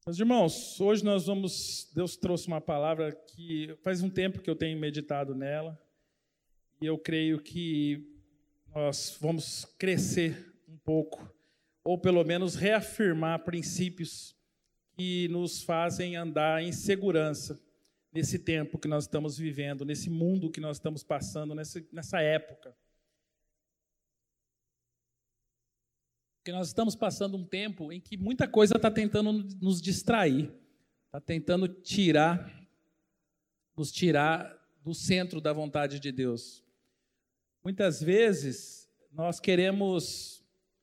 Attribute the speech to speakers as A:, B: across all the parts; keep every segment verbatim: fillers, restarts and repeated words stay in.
A: Meus irmãos, hoje nós vamos, Deus trouxe uma palavra que faz um tempo que eu tenho meditado nela, e eu creio que nós vamos crescer um pouco, ou pelo menos reafirmar princípios que nos fazem andar em segurança nesse tempo que nós estamos vivendo, nesse mundo que nós estamos passando, nessa, nessa época. Porque nós estamos passando um tempo em que muita coisa está tentando nos distrair, está tentando tirar, nos tirar do centro da vontade de Deus. Muitas vezes nós queremos,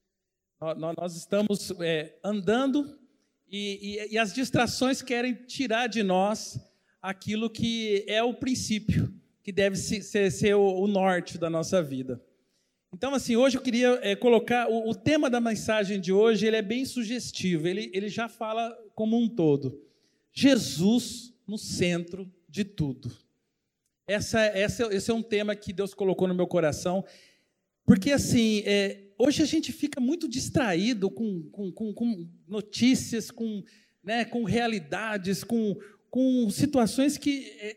A: nós, nós estamos é, andando e, e, e as distrações querem tirar de nós aquilo que é o princípio, que deve ser, ser o, o norte da nossa vida. Então, assim, hoje eu queria é, colocar, o, o tema da mensagem de hoje, ele é bem sugestivo, ele, ele já fala como um todo. Jesus no centro de tudo. Essa, essa, esse é um tema que Deus colocou no meu coração, porque, assim, é, hoje a gente fica muito distraído com, com, com, com notícias, com, né, com realidades, com, com situações que é,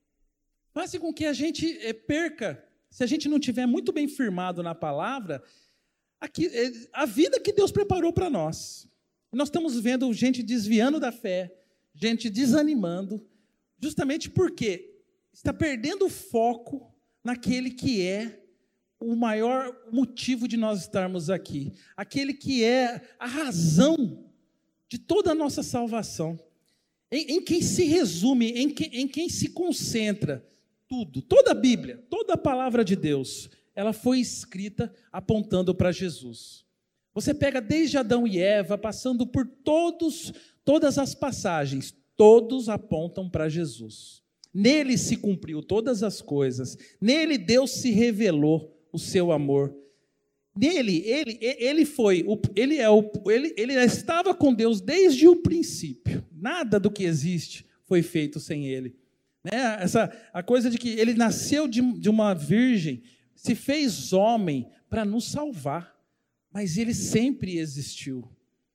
A: fazem com que a gente é, perca. Se a gente não estiver muito bem firmado na palavra, aqui, a vida que Deus preparou para nós. Nós estamos vendo gente desviando da fé, gente desanimando, justamente porque está perdendo o foco naquele que é o maior motivo de nós estarmos aqui, aquele que é a razão de toda a nossa salvação, em, em quem se resume, em, que, em quem se concentra tudo, toda a Bíblia, toda a palavra de Deus, ela foi escrita apontando para Jesus. Você pega desde Adão e Eva, passando por todos, todas as passagens, todos apontam para Jesus. Nele se cumpriu todas as coisas, nele Deus se revelou o seu amor. Nele, ele, ele foi, ele, é o, ele, ele estava com Deus desde o princípio. Nada do que existe foi feito sem ele. Né? Essa, a coisa de que ele nasceu de, de uma virgem, se fez homem para nos salvar, mas ele sempre existiu.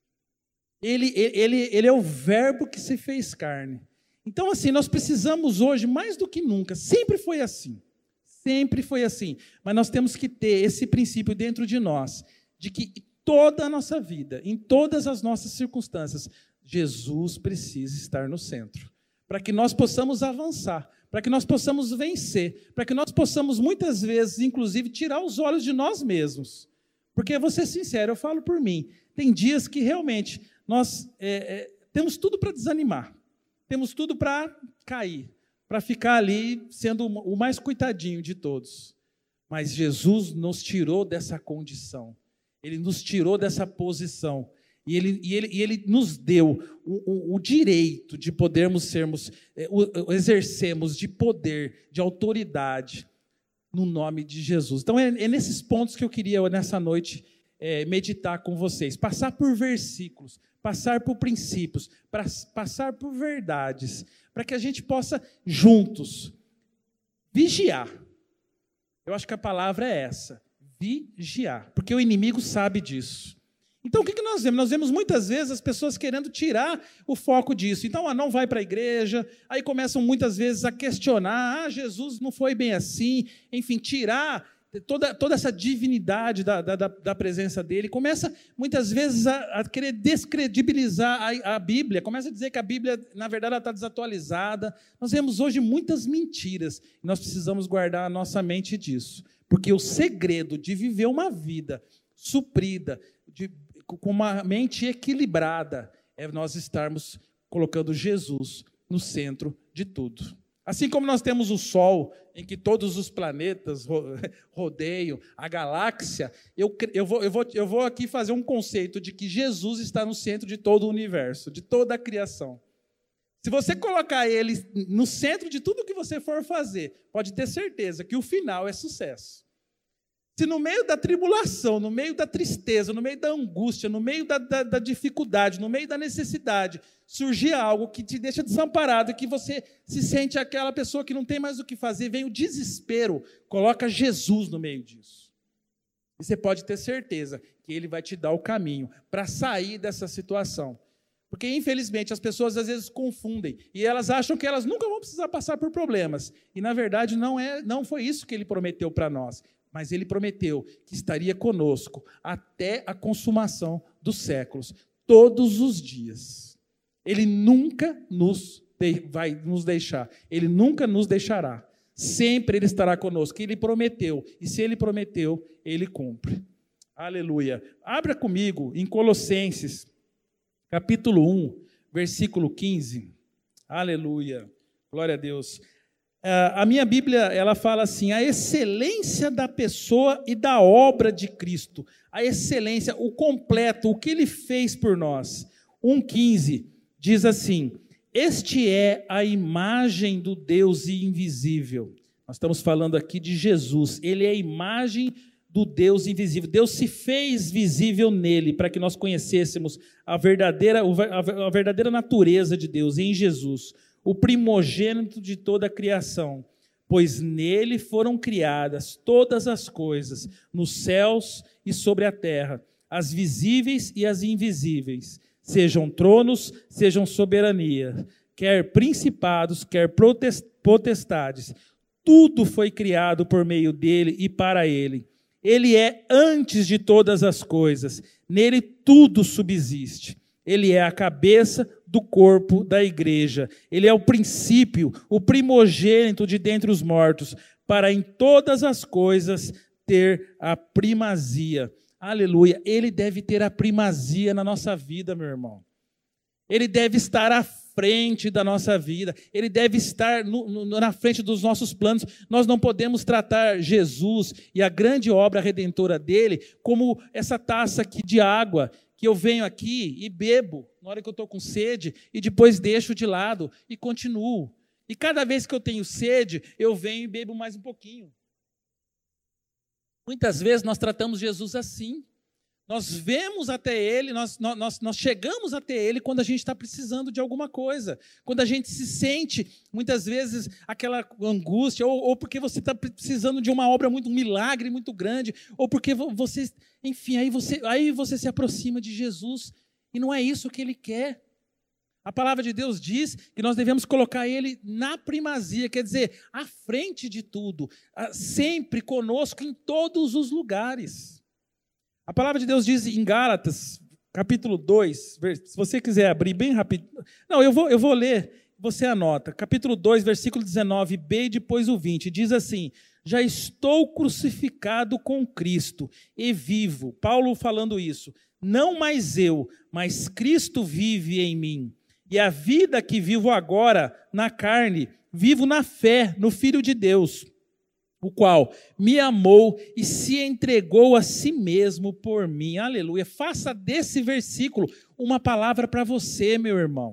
A: Ele, ele, ele é o verbo que se fez carne. Então, assim, nós precisamos hoje, mais do que nunca, sempre foi assim, sempre foi assim, mas nós temos que ter esse princípio dentro de nós, de que toda a nossa vida, em todas as nossas circunstâncias, Jesus precisa estar no centro, para que nós possamos avançar, para que nós possamos vencer, para que nós possamos, muitas vezes, inclusive, tirar os olhos de nós mesmos. Porque, vou ser sincero, eu falo por mim, tem dias que realmente nós é, é, temos tudo para desanimar, temos tudo para cair, para ficar ali sendo o mais coitadinho de todos. Mas Jesus nos tirou dessa condição, Ele nos tirou dessa posição, E ele, e, ele, e ele nos deu o, o, o direito de podermos sermos, é, o, exercermos de poder, de autoridade, no nome de Jesus. Então, é, é nesses pontos que eu queria, nessa noite, é, meditar com vocês. Passar por versículos, passar por princípios, pra, passar por verdades, para que a gente possa, juntos, vigiar. Eu acho que a palavra é essa, vigiar, porque o inimigo sabe disso. Então, o que nós vemos? Nós vemos muitas vezes as pessoas querendo tirar o foco disso. Então, ah, não vai para a igreja, aí começam muitas vezes a questionar, ah, Jesus não foi bem assim, enfim, tirar toda, toda essa divinidade da, da, da presença dele, começa muitas vezes a, a querer descredibilizar a, a Bíblia, começa a dizer que a Bíblia, na verdade, ela está desatualizada. Nós vemos hoje muitas mentiras, e nós precisamos guardar a nossa mente disso, porque o segredo de viver uma vida suprida, de com uma mente equilibrada, é nós estarmos colocando Jesus no centro de tudo. Assim como nós temos o Sol, em que todos os planetas rodeiam, a galáxia, eu, eu, vou, eu, vou, eu vou aqui fazer um conceito de que Jesus está no centro de todo o universo, de toda a criação. Se você colocar ele no centro de tudo que você for fazer, pode ter certeza que o final é sucesso. Se no meio da tribulação, no meio da tristeza, no meio da angústia, no meio da, da, da dificuldade, no meio da necessidade, surgir algo que te deixa desamparado, que você se sente aquela pessoa que não tem mais o que fazer, vem o desespero, coloca Jesus no meio disso. E você pode ter certeza que Ele vai te dar o caminho para sair dessa situação. Porque, infelizmente, as pessoas às vezes confundem e elas acham que elas nunca vão precisar passar por problemas. E, na verdade, não, é, não foi isso que ele prometeu para nós. Mas ele prometeu que estaria conosco até a consumação dos séculos, todos os dias. Ele nunca nos de, vai nos deixar. Ele nunca nos deixará. Sempre ele estará conosco. Ele prometeu. E se ele prometeu, ele cumpre. Aleluia. Abra comigo em Colossenses, capítulo um, versículo quinze. Aleluia. Glória a Deus. A minha Bíblia, ela fala assim, a excelência da pessoa e da obra de Cristo. A excelência, o completo, o que ele fez por nós. um, quinze, diz assim, este é a imagem do Deus invisível. Nós estamos falando aqui de Jesus. Ele é a imagem do Deus invisível. Deus se fez visível nele para que nós conhecêssemos a verdadeira, a verdadeira natureza de Deus em Jesus, o primogênito de toda a criação, pois nele foram criadas todas as coisas, nos céus e sobre a terra, as visíveis e as invisíveis, sejam tronos, sejam soberania, quer principados, quer potestades, tudo foi criado por meio dele e para ele. Ele é antes de todas as coisas, nele tudo subsiste. Ele é a cabeça do corpo da igreja. Ele é o princípio, o primogênito de dentre os mortos, para em todas as coisas ter a primazia. Aleluia. Ele deve ter a primazia na nossa vida, meu irmão. Ele deve estar à frente da nossa vida. Ele deve estar no, no, na frente dos nossos planos. Nós não podemos tratar Jesus e a grande obra redentora dele como essa taça aqui de água, que eu venho aqui e bebo na hora que eu estou com sede e depois deixo de lado e continuo. E cada vez que eu tenho sede, eu venho e bebo mais um pouquinho. Muitas vezes nós tratamos Jesus assim. Nós vemos até Ele, nós, nós, nós chegamos até Ele quando a gente está precisando de alguma coisa. Quando a gente se sente, muitas vezes, aquela angústia, ou, ou porque você está precisando de uma obra, muito, um milagre muito grande, ou porque você, enfim, aí você, aí você se aproxima de Jesus, e não é isso que Ele quer. A palavra de Deus diz que nós devemos colocar Ele na primazia, quer dizer, à frente de tudo, sempre conosco em todos os lugares. A palavra de Deus diz em Gálatas, capítulo dois, se você quiser abrir bem rápido. Não, eu vou, eu vou ler, você anota. Capítulo dois, versículo dezenove b e depois o vinte. Diz assim, já estou crucificado com Cristo e vivo. Paulo falando isso. Não mais eu, mas Cristo vive em mim. E a vida que vivo agora na carne, vivo na fé, no Filho de Deus, o qual me amou e se entregou a si mesmo por mim. Aleluia. Faça desse versículo uma palavra para você, meu irmão.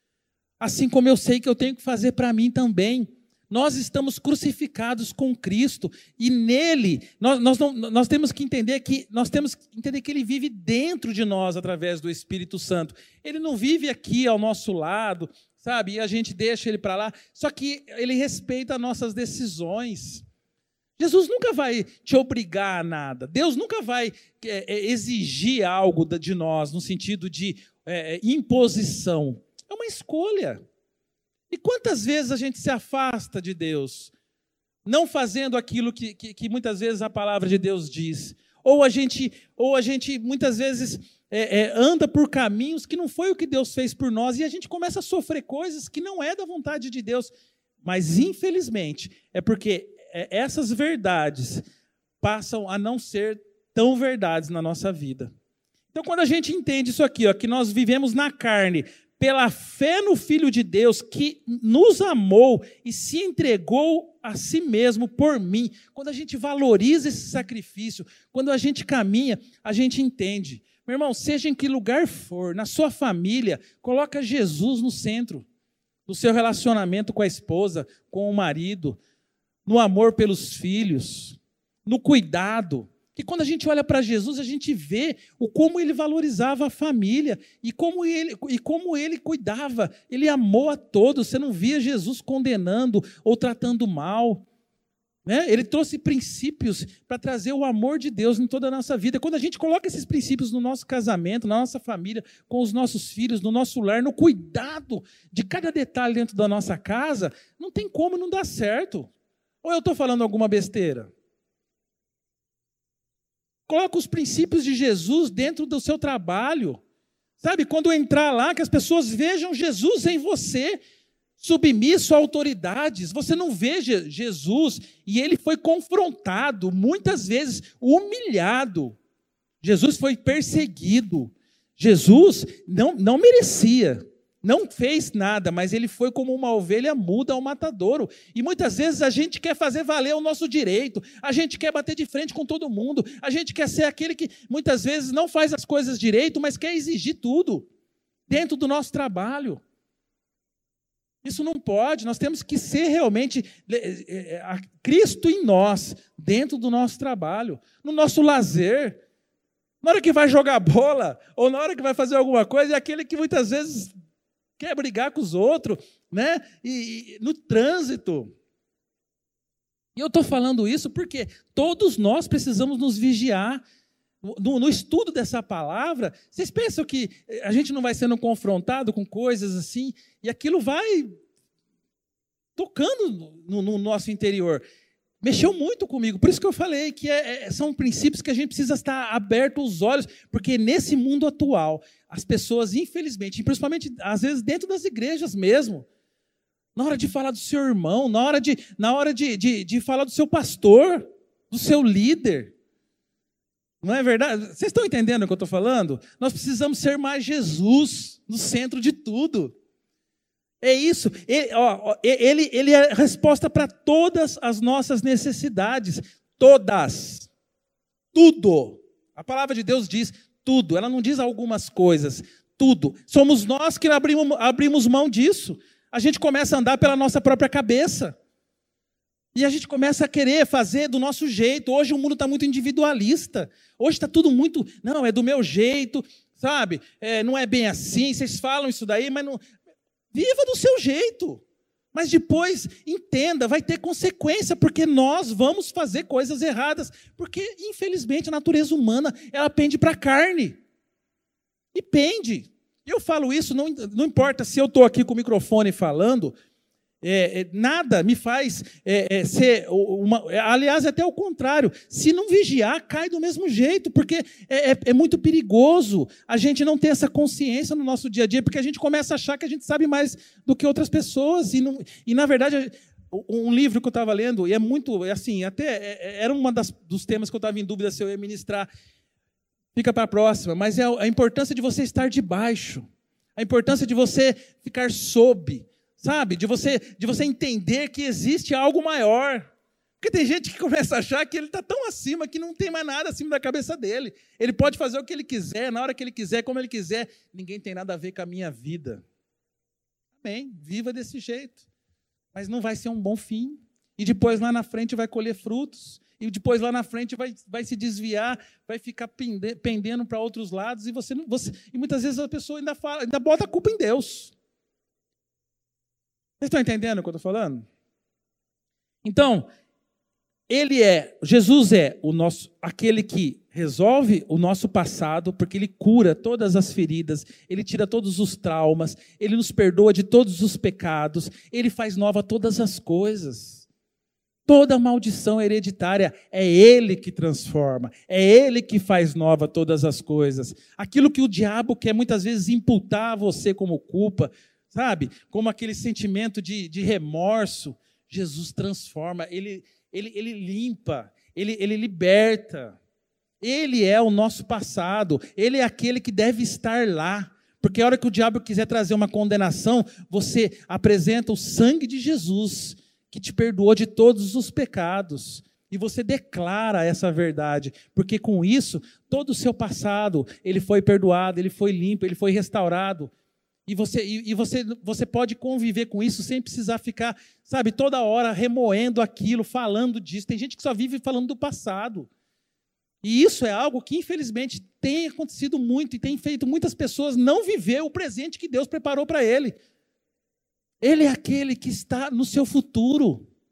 A: Assim como eu sei que eu tenho que fazer para mim também. Nós estamos crucificados com Cristo e nele, nós, nós, não, nós temos que entender que nós temos que entender que Ele vive dentro de nós através do Espírito Santo. Ele não vive aqui ao nosso lado, sabe? E a gente deixa Ele para lá. Só que Ele respeita as nossas decisões. Jesus nunca vai te obrigar a nada. Deus nunca vai é, exigir algo de nós no sentido de é, imposição. É uma escolha. E quantas vezes a gente se afasta de Deus, não fazendo aquilo que, que, que muitas vezes a palavra de Deus diz. Ou a gente, ou a gente muitas vezes é, é, anda por caminhos que não foi o que Deus fez por nós e a gente começa a sofrer coisas que não é da vontade de Deus. Mas, infelizmente, é porque essas verdades passam a não ser tão verdades na nossa vida. Então, quando a gente entende isso aqui, ó, que nós vivemos na carne, pela fé no Filho de Deus, que nos amou e se entregou a si mesmo por mim, quando a gente valoriza esse sacrifício, quando a gente caminha, a gente entende. Meu irmão, seja em que lugar for, na sua família, coloca Jesus no centro do seu relacionamento com a esposa, com o marido, no amor pelos filhos, no cuidado. Que quando a gente olha para Jesus, a gente vê o como ele valorizava a família e como ele, e como ele cuidava. Ele amou a todos. Você não via Jesus condenando ou tratando mal. né? Ele trouxe princípios para trazer o amor de Deus em toda a nossa vida. Quando a gente coloca esses princípios no nosso casamento, na nossa família, com os nossos filhos, no nosso lar, no cuidado de cada detalhe dentro da nossa casa, não tem como não dar certo. Ou eu estou falando alguma besteira? Coloca os princípios de Jesus dentro do seu trabalho. Sabe, quando entrar lá, que as pessoas vejam Jesus em você, submisso a autoridades. Você não vê Jesus, e ele foi confrontado, muitas vezes humilhado. Jesus foi perseguido. Jesus não, não merecia, não fez nada, mas ele foi como uma ovelha muda ao matadouro. E muitas vezes a gente quer fazer valer o nosso direito, a gente quer bater de frente com todo mundo, a gente quer ser aquele que muitas vezes não faz as coisas direito, mas quer exigir tudo dentro do nosso trabalho. Isso não pode, nós temos que ser realmente Cristo em nós, dentro do nosso trabalho, no nosso lazer. Na hora que vai jogar bola, ou na hora que vai fazer alguma coisa, é aquele que muitas vezes quer brigar com os outros, né? E, e no trânsito. E eu estou falando isso porque todos nós precisamos nos vigiar. No, no estudo dessa palavra, vocês pensam que a gente não vai sendo confrontado com coisas assim, e aquilo vai tocando no, no nosso interior. Mexeu muito comigo, por isso que eu falei que é, é, são princípios que a gente precisa estar aberto os olhos, porque nesse mundo atual, as pessoas, infelizmente, principalmente às vezes dentro das igrejas mesmo, na hora de falar do seu irmão, na hora de, na hora de, de, de falar do seu pastor, do seu líder, não é verdade? Vocês estão entendendo o que eu estou falando? Nós precisamos ser mais Jesus no centro de tudo. É isso. Ele, ó, ele, ele é a resposta para todas as nossas necessidades. Todas. Tudo. A palavra de Deus diz tudo. Ela não diz algumas coisas. Tudo. Somos nós que abrimos, abrimos mão disso. A gente começa a andar pela nossa própria cabeça. E a gente começa a querer fazer do nosso jeito. Hoje o mundo está muito individualista. Hoje está tudo muito... Não, é do meu jeito, sabe? É, não é bem assim. Vocês falam isso daí, mas não... Viva do seu jeito. Mas depois, entenda, vai ter consequência, porque nós vamos fazer coisas erradas. Porque, infelizmente, a natureza humana, ela pende para a carne. E pende. Eu falo isso, não, não importa se eu estou aqui com o microfone falando... É, é, nada me faz é, é, ser uma, aliás, até o contrário, se não vigiar, cai do mesmo jeito, porque é, é, é muito perigoso a gente não ter essa consciência no nosso dia a dia, porque a gente começa a achar que a gente sabe mais do que outras pessoas, e, não, e na verdade, um livro que eu estava lendo, e é muito, assim, até era um dos temas que eu estava em dúvida se eu ia ministrar, fica para a próxima, mas é a importância de você estar debaixo, a importância de você ficar sob, sabe, de você, de você entender que existe algo maior. Porque tem gente que começa a achar que ele está tão acima que não tem mais nada acima da cabeça dele. Ele pode fazer o que ele quiser, na hora que ele quiser, como ele quiser. Ninguém tem nada a ver com a minha vida. Amém, viva desse jeito. Mas não vai ser um bom fim. E depois lá na frente vai colher frutos. E depois lá na frente vai, vai se desviar, vai ficar pende, pendendo para outros lados. E, você, você, e muitas vezes a pessoa ainda, fala, ainda bota a culpa em Deus. Vocês estão entendendo o que eu estou falando? Então, ele é, Jesus é o nosso, aquele que resolve o nosso passado, porque ele cura todas as feridas, ele tira todos os traumas, ele nos perdoa de todos os pecados, ele faz nova todas as coisas. Toda maldição hereditária é ele que transforma, é ele que faz nova todas as coisas. Aquilo que o diabo quer muitas vezes imputar a você como culpa, sabe, como aquele sentimento de, de remorso, Jesus transforma, ele, ele, ele limpa, ele, ele liberta. Ele é o nosso passado, ele é aquele que deve estar lá. Porque a hora que o diabo quiser trazer uma condenação, você apresenta o sangue de Jesus, que te perdoou de todos os pecados. E você declara essa verdade, porque com isso, todo o seu passado, ele foi perdoado, ele foi limpo, ele foi restaurado. E, você, e, e você, você pode conviver com isso sem precisar ficar, sabe, toda hora remoendo aquilo, falando disso. Tem gente que só vive falando do passado. E isso é algo que, infelizmente, tem acontecido muito e tem feito muitas pessoas não viver o presente que Deus preparou para ele. Ele é aquele que está no seu futuro.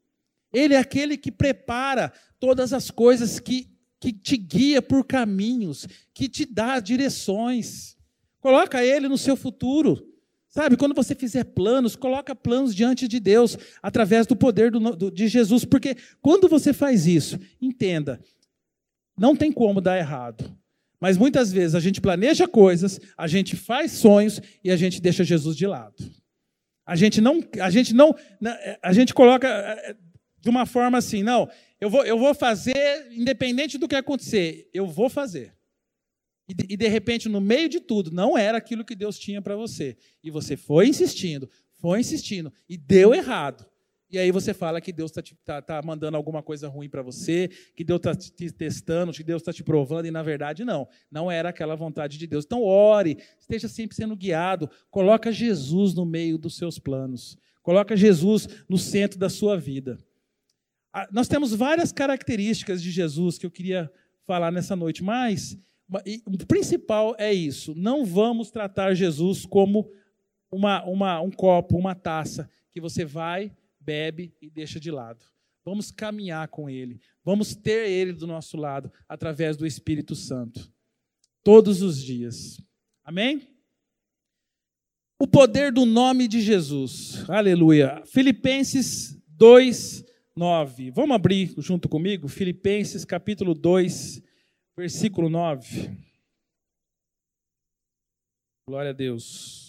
A: Ele é aquele que prepara todas as coisas, que, que te guia por caminhos, que te dá direções. Coloca Ele no seu futuro. Sabe, quando você fizer planos, coloca planos diante de Deus, através do poder do, do, de Jesus. Porque quando você faz isso, entenda, não tem como dar errado. Mas muitas vezes a gente planeja coisas, a gente faz sonhos e a gente deixa Jesus de lado. A gente não, a gente não, a gente coloca de uma forma assim, não, eu vou, eu vou fazer independente do que acontecer, eu vou fazer. E de, e de repente, no meio de tudo, não era aquilo que Deus tinha para você. E você foi insistindo, foi insistindo, e deu errado. E aí você fala que Deus está tá, tá mandando alguma coisa ruim para você, que Deus está te testando, que Deus está te provando, e na verdade não. Não era aquela vontade de Deus. Então ore, esteja sempre sendo guiado, coloca Jesus no meio dos seus planos, coloca Jesus no centro da sua vida. Nós temos várias características de Jesus que eu queria falar nessa noite, mas o principal é isso, não vamos tratar Jesus como uma, uma, um copo, uma taça, que você vai, bebe e deixa de lado. Vamos caminhar com Ele. Vamos ter Ele do nosso lado através do Espírito Santo. Todos os dias. Amém? O poder do nome de Jesus. Aleluia. Filipenses dois, nove. Vamos abrir junto comigo? Filipenses capítulo dois, versículo nove. Glória a Deus.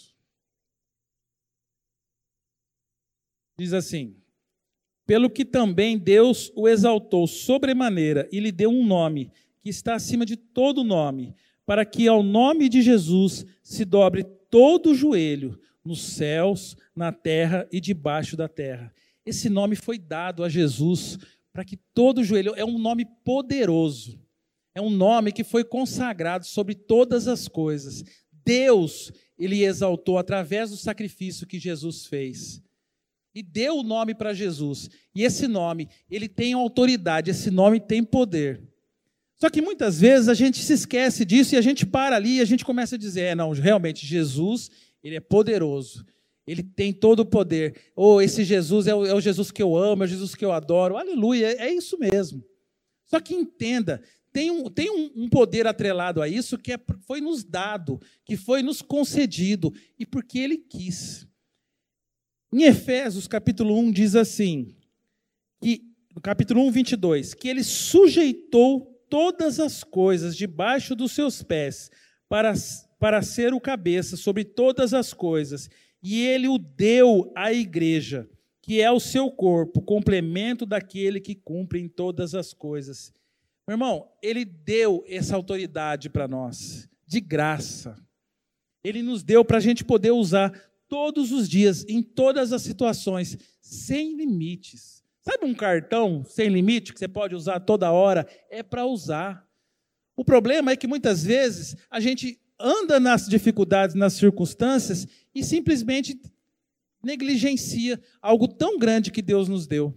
A: Diz assim: pelo que também Deus o exaltou sobremaneira e lhe deu um nome que está acima de todo nome, para que ao nome de Jesus se dobre todo o joelho, nos céus, na terra e debaixo da terra. Esse nome foi dado a Jesus para que todo o joelho, é um nome poderoso, é um nome que foi consagrado sobre todas as coisas. Deus, Ele exaltou através do sacrifício que Jesus fez. E deu o nome para Jesus. E esse nome, ele tem autoridade, esse nome tem poder. Só que muitas vezes a gente se esquece disso e a gente para ali e a gente começa a dizer, é, não, realmente, Jesus, ele é poderoso. Ele tem todo o poder. Ou oh, esse Jesus é o, é o Jesus que eu amo, é o Jesus que eu adoro. Aleluia, é, é isso mesmo. Só que entenda, tem, um, tem um, um poder atrelado a isso que é, foi nos dado, que foi nos concedido, e porque ele quis. Em Efésios, capítulo um, diz assim, que, no capítulo um, vinte e dois, que ele sujeitou todas as coisas debaixo dos seus pés, para, para ser o cabeça sobre todas as coisas, e ele o deu à igreja, que é o seu corpo, complemento daquele que cumpre em todas as coisas. Meu irmão, ele deu essa autoridade para nós, de graça. Ele nos deu para a gente poder usar todos os dias, em todas as situações, sem limites. Sabe um cartão sem limite que você pode usar toda hora? É para usar. O problema é que muitas vezes a gente anda nas dificuldades, nas circunstâncias e simplesmente negligencia algo tão grande que Deus nos deu.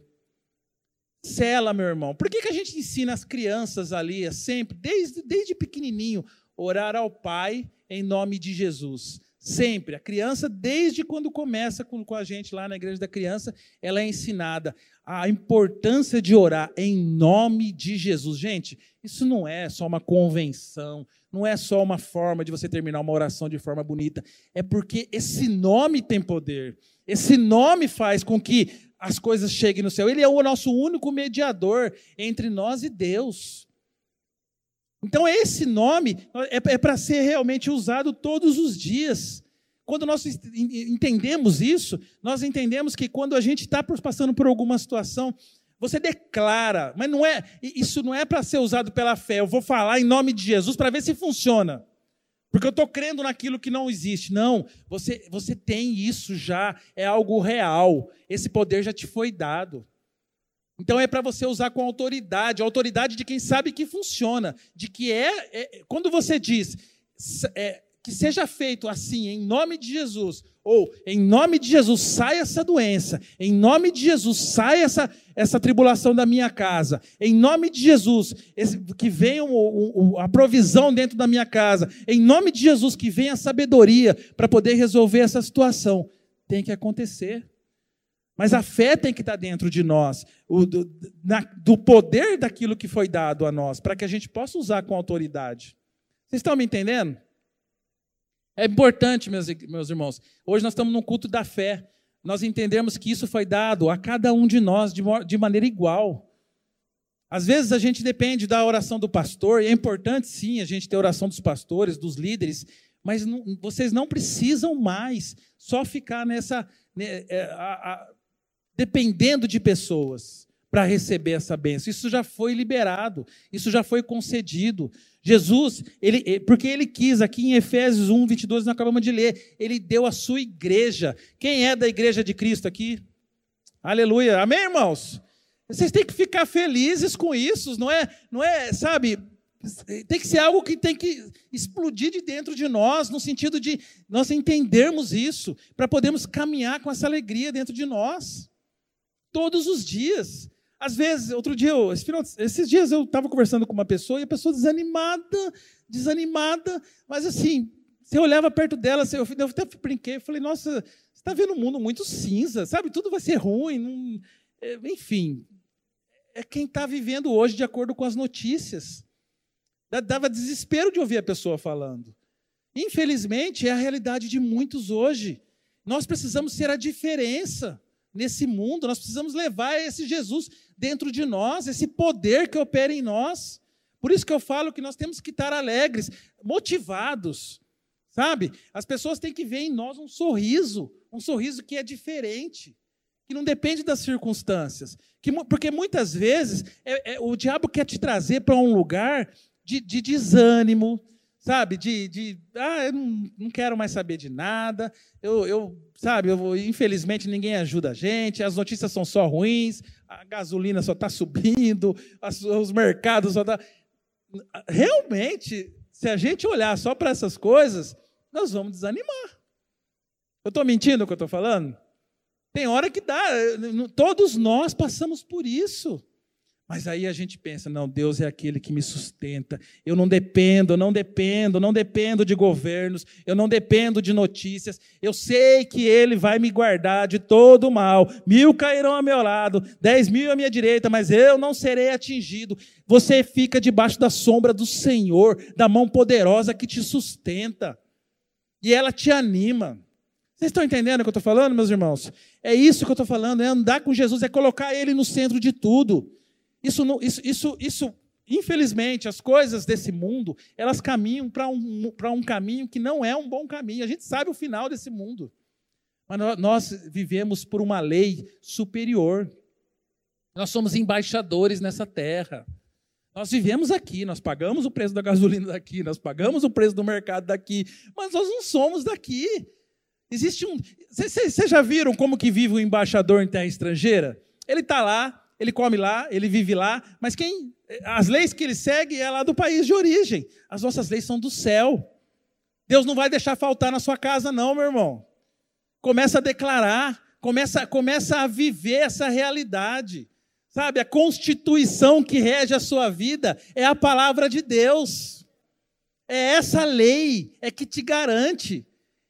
A: Sela, meu irmão. Por que que a gente ensina as crianças ali, sempre, desde, desde pequenininho, orar ao Pai em nome de Jesus? Sempre. A criança, desde quando começa com, com a gente lá na igreja da criança, ela é ensinada a importância de orar em nome de Jesus. Gente, isso não é só uma convenção, não é só uma forma de você terminar uma oração de forma bonita, é porque esse nome tem poder. Esse nome faz com que as coisas cheguem no céu. Ele é o nosso único mediador entre nós e Deus. Então, esse nome é para ser realmente usado todos os dias. Quando nós entendemos isso, nós entendemos que quando a gente está passando por alguma situação, você declara, mas não é, isso não é para ser usado pela fé. Eu vou falar em nome de Jesus para ver se funciona, porque eu estou crendo naquilo que não existe. Não, você, você tem isso já, é algo real. Esse poder já te foi dado. Então é para você usar com autoridade, a autoridade de quem sabe que funciona, de que é, é quando você diz é, que seja feito assim, em nome de Jesus, ou em nome de Jesus, sai essa doença, em nome de Jesus, sai essa, essa tribulação da minha casa, em nome de Jesus, esse, que venha o, o, a provisão dentro da minha casa, em nome de Jesus, que venha a sabedoria para poder resolver essa situação. Tem que acontecer. Mas a fé tem que estar dentro de nós, o, do, na, do poder daquilo que foi dado a nós, para que a gente possa usar com autoridade. Vocês estão me entendendo? É importante, meus, meus irmãos. Hoje nós estamos num culto da fé. Nós entendemos que isso foi dado a cada um de nós de, de maneira igual. Às vezes a gente depende da oração do pastor, e é importante sim a gente ter a oração dos pastores, dos líderes, mas não, vocês não precisam mais só ficar nessa, né, é, a, a, dependendo de pessoas para receber essa bênção. Isso já foi liberado, isso já foi concedido. Jesus, ele, porque ele quis, aqui em Efésios um, vinte e dois, nós acabamos de ler, ele deu a sua igreja. Quem é da igreja de Cristo aqui? Aleluia, amém, irmãos? Vocês têm que ficar felizes com isso, não é, não é, sabe, tem que ser algo que tem que explodir de dentro de nós, no sentido de nós entendermos isso, para podermos caminhar com essa alegria dentro de nós, todos os dias. Às vezes, outro dia, eu, esse final, esses dias eu estava conversando com uma pessoa, e a pessoa desanimada, desanimada, mas assim, você olhava perto dela, eu até brinquei, eu falei, nossa, você está vendo um mundo muito cinza, sabe, tudo vai ser ruim, não, enfim, é quem está vivendo hoje de acordo com as notícias. Dava desespero de ouvir a pessoa falando. Infelizmente, é a realidade de muitos hoje. Nós precisamos ser a diferença nesse mundo, nós precisamos levar esse Jesus dentro de nós, esse poder que opera em nós. Por isso que eu falo que nós temos que estar alegres, motivados, sabe? As pessoas têm que ver em nós um sorriso, um sorriso que é diferente, que não depende das circunstâncias. Que, porque muitas vezes é, é, o diabo quer te trazer para um lugar de, de desânimo, sabe, de, de ah, eu não, não quero mais saber de nada, eu, eu sabe, eu, infelizmente ninguém ajuda a gente, as notícias são só ruins, a gasolina só está subindo, as, os mercados só estão... Realmente, se a gente olhar só para essas coisas, nós vamos desanimar. Eu estou mentindo o que eu estou falando? Tem hora que dá, todos nós passamos por isso. Mas aí a gente pensa, não, Deus é aquele que me sustenta. Eu não dependo, não dependo, não dependo de governos, eu não dependo de notícias. Eu sei que Ele vai me guardar de todo o mal. Mil cairão ao meu lado, dez mil à minha direita, mas eu não serei atingido. Você fica debaixo da sombra do Senhor, da mão poderosa que te sustenta. E ela te anima. Vocês estão entendendo o que eu estou falando, meus irmãos? É isso que eu estou falando, é andar com Jesus, é colocar Ele no centro de tudo. Isso, isso, isso, isso, infelizmente, as coisas desse mundo, elas caminham para um, para um caminho que não é um bom caminho. A gente sabe o final desse mundo. Mas nós vivemos por uma lei superior. Nós somos embaixadores nessa terra. Nós vivemos aqui, nós pagamos o preço da gasolina daqui, nós pagamos o preço do mercado daqui, mas nós não somos daqui. Existe um... Vocês já viram como que vive o embaixador em terra estrangeira? Ele está lá, ele come lá, ele vive lá, mas quem, as leis que ele segue é lá do país de origem. As nossas leis são do céu. Deus não vai deixar faltar na sua casa não, meu irmão. Começa a declarar, começa, começa a viver essa realidade. Sabe, a constituição que rege a sua vida é a palavra de Deus. É essa lei, é que te garante.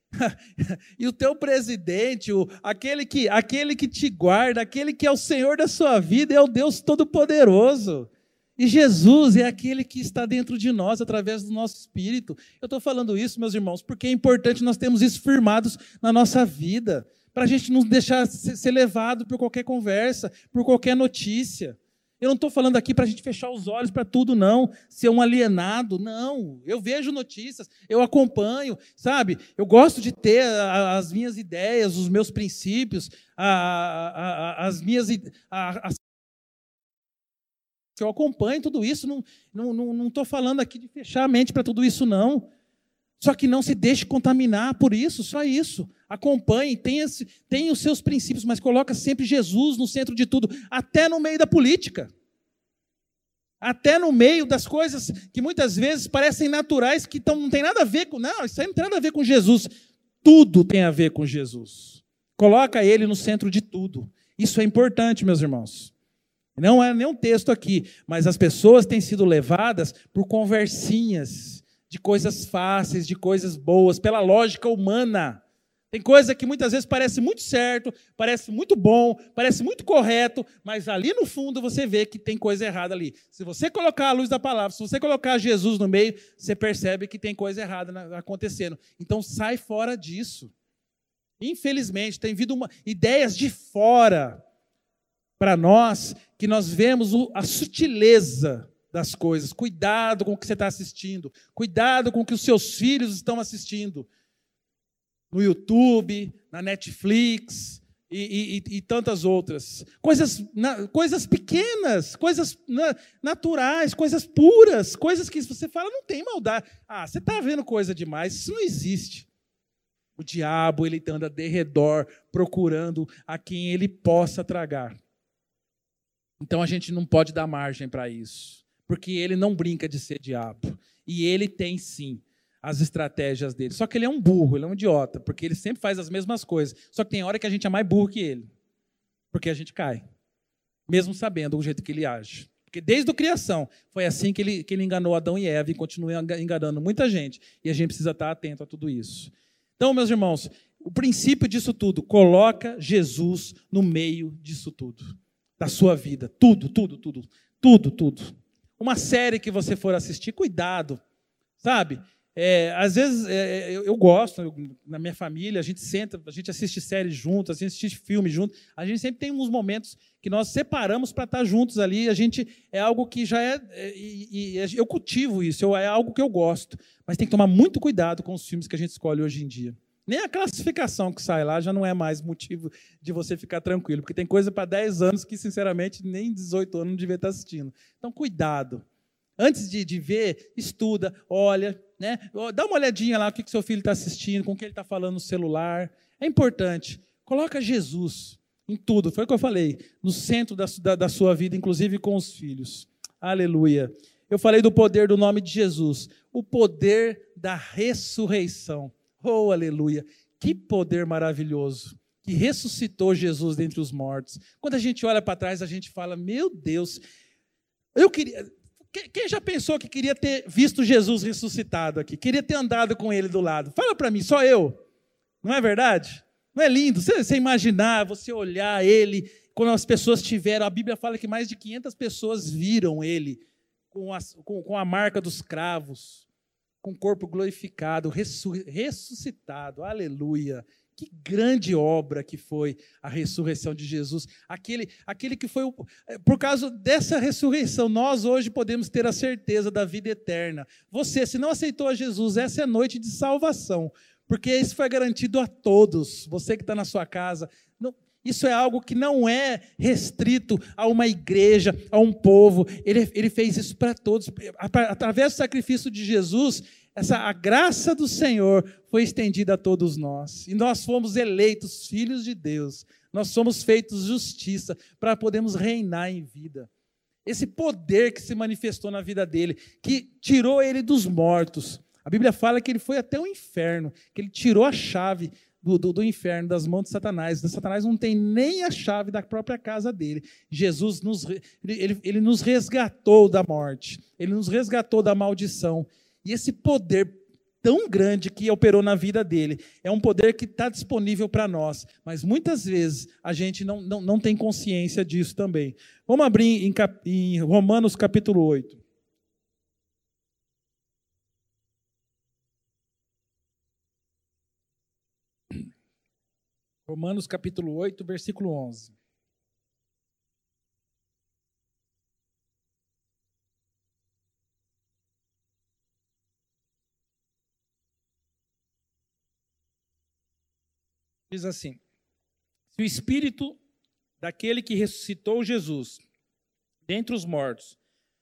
A: E o teu presidente, o, aquele, que, aquele que te guarda, aquele que é o Senhor da sua vida, é o Deus Todo-Poderoso. E Jesus é aquele que está dentro de nós, através do nosso espírito. Eu estou falando isso, meus irmãos, porque é importante nós termos isso firmados na nossa vida, para a gente não deixar ser levado por qualquer conversa, por qualquer notícia. Eu não estou falando aqui para a gente fechar os olhos para tudo, não, ser um alienado, não. Eu vejo notícias, eu acompanho, sabe? Eu gosto de ter as minhas ideias, os meus princípios, a, a, a, as minhas... A, a, eu acompanho tudo isso, não estou não, não, não falando aqui de fechar a mente para tudo isso, não. Só que não se deixe contaminar por isso, só isso. Acompanhe, tenha, tenha os seus princípios, mas coloca sempre Jesus no centro de tudo, até no meio da política. Até no meio das coisas que muitas vezes parecem naturais, que tão, não tem nada a ver com... Não, isso aí não tem nada a ver com Jesus. Tudo tem a ver com Jesus. Coloca Ele no centro de tudo. Isso é importante, meus irmãos. Não é nenhum texto aqui, mas as pessoas têm sido levadas por conversinhas de coisas fáceis, de coisas boas, pela lógica humana. Tem coisa que muitas vezes parece muito certo, parece muito bom, parece muito correto, mas ali no fundo você vê que tem coisa errada ali. Se você colocar a luz da palavra, se você colocar Jesus no meio, você percebe que tem coisa errada acontecendo. Então sai fora disso. Infelizmente, tem vindo uma, ideias de fora para nós, que nós vemos o, a sutileza das coisas. Cuidado com o que você está assistindo. Cuidado com o que os seus filhos estão assistindo. No YouTube, na Netflix e, e, e tantas outras. Coisas, na, coisas pequenas, coisas na, naturais, coisas puras, coisas que você fala, não tem maldade. Ah, você está vendo coisa demais, isso não existe. O diabo, ele anda de redor, procurando a quem ele possa tragar. Então a gente não pode dar margem para isso, porque ele não brinca de ser diabo. E ele tem sim as estratégias dele. Só que ele é um burro, ele é um idiota, porque ele sempre faz as mesmas coisas. Só que tem hora que a gente é mais burro que ele, porque a gente cai, mesmo sabendo o jeito que ele age. Porque desde a criação, foi assim que ele, que ele enganou Adão e Eva e continua enganando muita gente. E a gente precisa estar atento a tudo isso. Então, meus irmãos, o princípio disso tudo, coloca Jesus no meio disso tudo, da sua vida. Tudo, tudo, tudo, tudo, tudo. Uma série que você for assistir, cuidado, sabe? É, às vezes é, eu, eu gosto, eu, na minha família, a gente senta, a gente assiste séries juntos, a gente assiste filme juntos, a gente sempre tem uns momentos que nós separamos para estar juntos ali, a gente, é algo que já é, é e, e eu cultivo isso, eu, é algo que eu gosto, mas tem que tomar muito cuidado com os filmes que a gente escolhe hoje em dia. Nem a classificação que sai lá já não é mais motivo de você ficar tranquilo, porque tem coisa para dez anos que, sinceramente, nem dezoito anos não devia estar assistindo. Então, cuidado. Antes de, de ver, estuda, olha, né? Dá uma olhadinha lá o que, que seu filho está assistindo, com o que ele está falando no celular. É importante. Coloca Jesus em tudo. Foi o que eu falei. No centro da, da, da sua vida, inclusive com os filhos. Aleluia. Eu falei do poder do nome de Jesus. O poder da ressurreição. Oh, aleluia. Que poder maravilhoso. Que ressuscitou Jesus dentre os mortos. Quando a gente olha para trás, a gente fala, meu Deus, eu queria... Quem já pensou que queria ter visto Jesus ressuscitado aqui? Queria ter andado com ele do lado? Fala para mim, só eu. Não é verdade? Não é lindo? Você, você imaginar, você olhar ele, quando as pessoas tiveram, a Bíblia fala que mais de quinhentas pessoas viram ele com a, com, com a marca dos cravos, com o corpo glorificado, ressuscitado. Aleluia. Que grande obra que foi a ressurreição de Jesus. Aquele, aquele que foi, o, por causa dessa ressurreição, nós hoje podemos ter a certeza da vida eterna. Você, se não aceitou a Jesus, essa é a noite de salvação, porque isso foi garantido a todos. Você que está na sua casa, não, isso é algo que não é restrito a uma igreja, a um povo. Ele, ele fez isso para todos. Através do sacrifício de Jesus, essa, a graça do Senhor foi estendida a todos nós. E nós fomos eleitos filhos de Deus. Nós somos feitos justiça para podermos reinar em vida. Esse poder que se manifestou na vida dele, que tirou ele dos mortos. A Bíblia fala que ele foi até o inferno, que ele tirou a chave do, do, do inferno, das mãos de Satanás. Satanás não tem nem a chave da própria casa dele. Jesus nos, ele, ele nos resgatou da morte. Ele nos resgatou da maldição. E esse poder tão grande que operou na vida dele, é um poder que está disponível para nós, mas muitas vezes a gente não, não, não tem consciência disso também. Vamos abrir em, cap, em Romanos capítulo oito. Romanos capítulo oito, versículo onze. Diz assim: se o Espírito daquele que ressuscitou Jesus dentre os mortos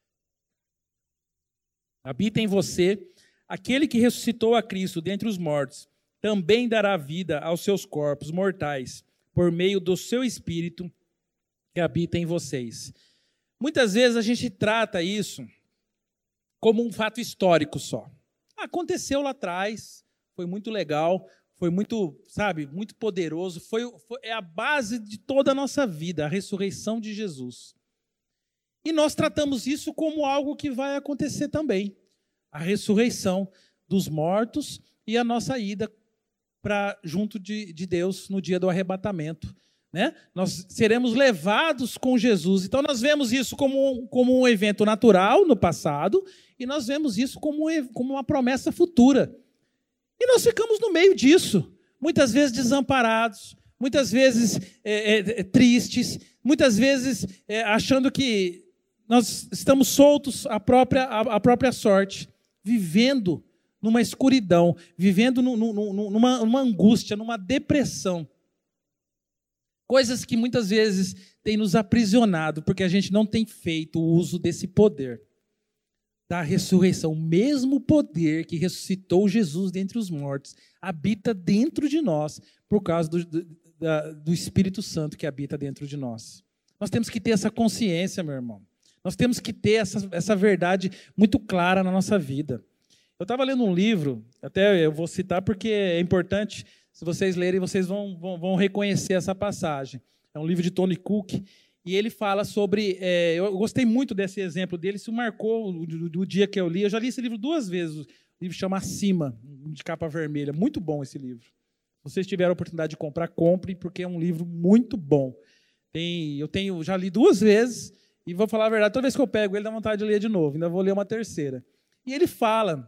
A: habita em você, aquele que ressuscitou a Cristo dentre os mortos também dará vida aos seus corpos mortais, por meio do seu Espírito que habita em vocês. Muitas vezes a gente trata isso como um fato histórico só. Aconteceu lá atrás, foi muito legal, foi muito, sabe, muito poderoso, foi, foi, é a base de toda a nossa vida, a ressurreição de Jesus. E nós tratamos isso como algo que vai acontecer também, a ressurreição dos mortos e a nossa ida para junto de, de Deus no dia do arrebatamento. Né? Nós seremos levados com Jesus. Então, nós vemos isso como, como um evento natural no passado e nós vemos isso como, como uma promessa futura. E nós ficamos no meio disso, muitas vezes desamparados, muitas vezes é, é, tristes, muitas vezes é, achando que nós estamos soltos à própria, à, à própria sorte, vivendo numa escuridão, vivendo no, no, no, numa, numa angústia, numa depressão. Coisas que muitas vezes têm nos aprisionado, porque a gente não tem feito o uso desse poder da ressurreição. O mesmo poder que ressuscitou Jesus dentre os mortos habita dentro de nós, por causa do, do, do Espírito Santo que habita dentro de nós. Nós temos que ter essa consciência, meu irmão. Nós temos que ter essa, essa verdade muito clara na nossa vida. Eu estava lendo um livro, até eu vou citar porque é importante. Se vocês lerem, vocês vão, vão, vão reconhecer essa passagem. É um livro de Tony Cook, e ele fala sobre... É, eu gostei muito desse exemplo dele, isso marcou do, do dia que eu li. Eu já li esse livro duas vezes, o livro chama Acima, de capa vermelha. Muito bom esse livro. Se vocês tiverem a oportunidade de comprar, compre, porque é um livro muito bom. Tem, eu tenho, já li duas vezes, e vou falar a verdade, toda vez que eu pego ele, dá vontade de ler de novo, ainda vou ler uma terceira. E ele fala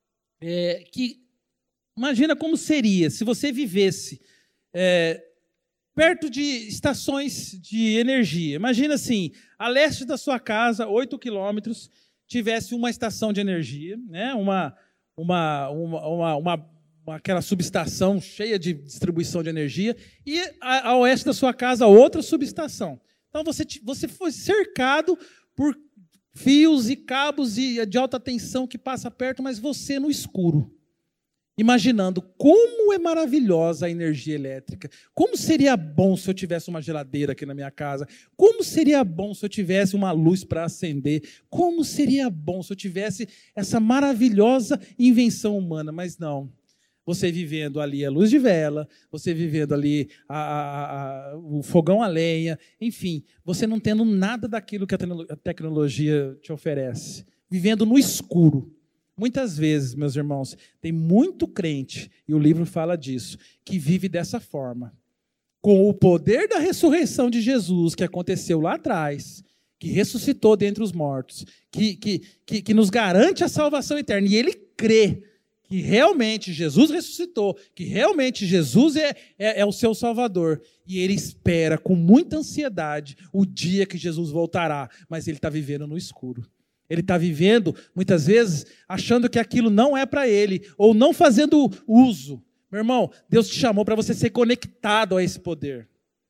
A: é, que... Imagina como seria se você vivesse é, perto de estações de energia. Imagina assim, a leste da sua casa, oito quilômetros, tivesse uma estação de energia, né? uma, uma, uma, uma, uma, aquela subestação cheia de distribuição de energia, e a, a oeste da sua casa, outra subestação. Então, você, você foi cercado por fios e cabos de, de alta tensão que passa perto, mas você no escuro. Imaginando como é maravilhosa a energia elétrica. Como seria bom se eu tivesse uma geladeira aqui na minha casa. Como seria bom se eu tivesse uma luz para acender. Como seria bom se eu tivesse essa maravilhosa invenção humana. Mas não. Você vivendo ali a luz de vela, você vivendo ali a, a, a, o fogão a lenha, enfim, você não tendo nada daquilo que a tecnologia te oferece. Vivendo no escuro. Muitas vezes, meus irmãos, tem muito crente, e o livro fala disso, que vive dessa forma. Com o poder da ressurreição de Jesus, que aconteceu lá atrás, que ressuscitou dentre os mortos, que, que, que, que nos garante a salvação eterna, e ele crê que realmente Jesus ressuscitou, que realmente Jesus é, é, é o seu Salvador, e ele espera com muita ansiedade o dia que Jesus voltará, mas ele está vivendo no escuro. Ele está vivendo, muitas vezes, achando que aquilo não é para ele, ou não fazendo uso. Meu irmão, Deus te chamou para você ser conectado a esse poder.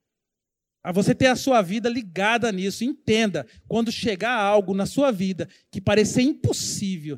A: A você ter a sua vida ligada nisso. Entenda, quando chegar algo na sua vida que parecer impossível,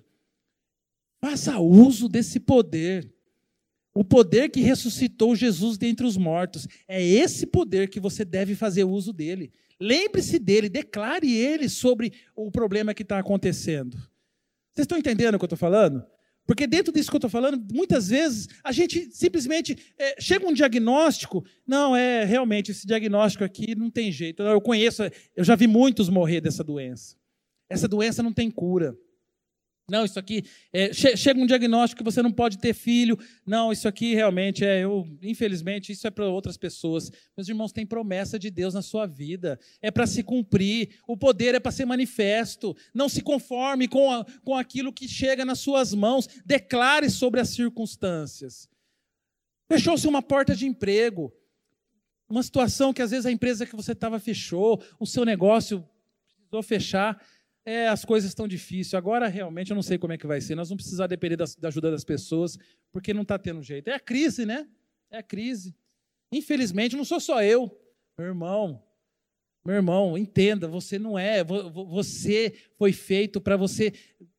A: faça uso desse poder. O poder que ressuscitou Jesus dentre os mortos. É esse poder que você deve fazer uso dele. Lembre-se dele, declare ele sobre o problema que está acontecendo. Vocês estão entendendo o que eu estou falando? Porque dentro disso que eu estou falando, muitas vezes a gente simplesmente é, chega um diagnóstico, não, é realmente esse diagnóstico aqui não tem jeito. Eu conheço, eu já vi muitos morrer dessa doença. Essa doença não tem cura. Não, isso aqui, é, che chega um diagnóstico que você não pode ter filho. Não, isso aqui realmente é, eu, infelizmente, isso é para outras pessoas. Meus irmãos, tem promessa de Deus na sua vida. É para se cumprir. O poder é para ser manifesto. Não se conforme com, a, com aquilo que chega nas suas mãos. Declare sobre as circunstâncias. Fechou-se uma porta de emprego. Uma situação que às vezes a empresa que você estava fechou, o seu negócio precisou fechar. É, as coisas estão difíceis. Agora, realmente, eu não sei como é que vai ser. Nós vamos precisar depender da, da ajuda das pessoas, porque não está tendo jeito. É a crise, né? É a crise. Infelizmente, não sou só eu. Meu irmão, meu irmão, entenda, você não é. Você foi feito para você...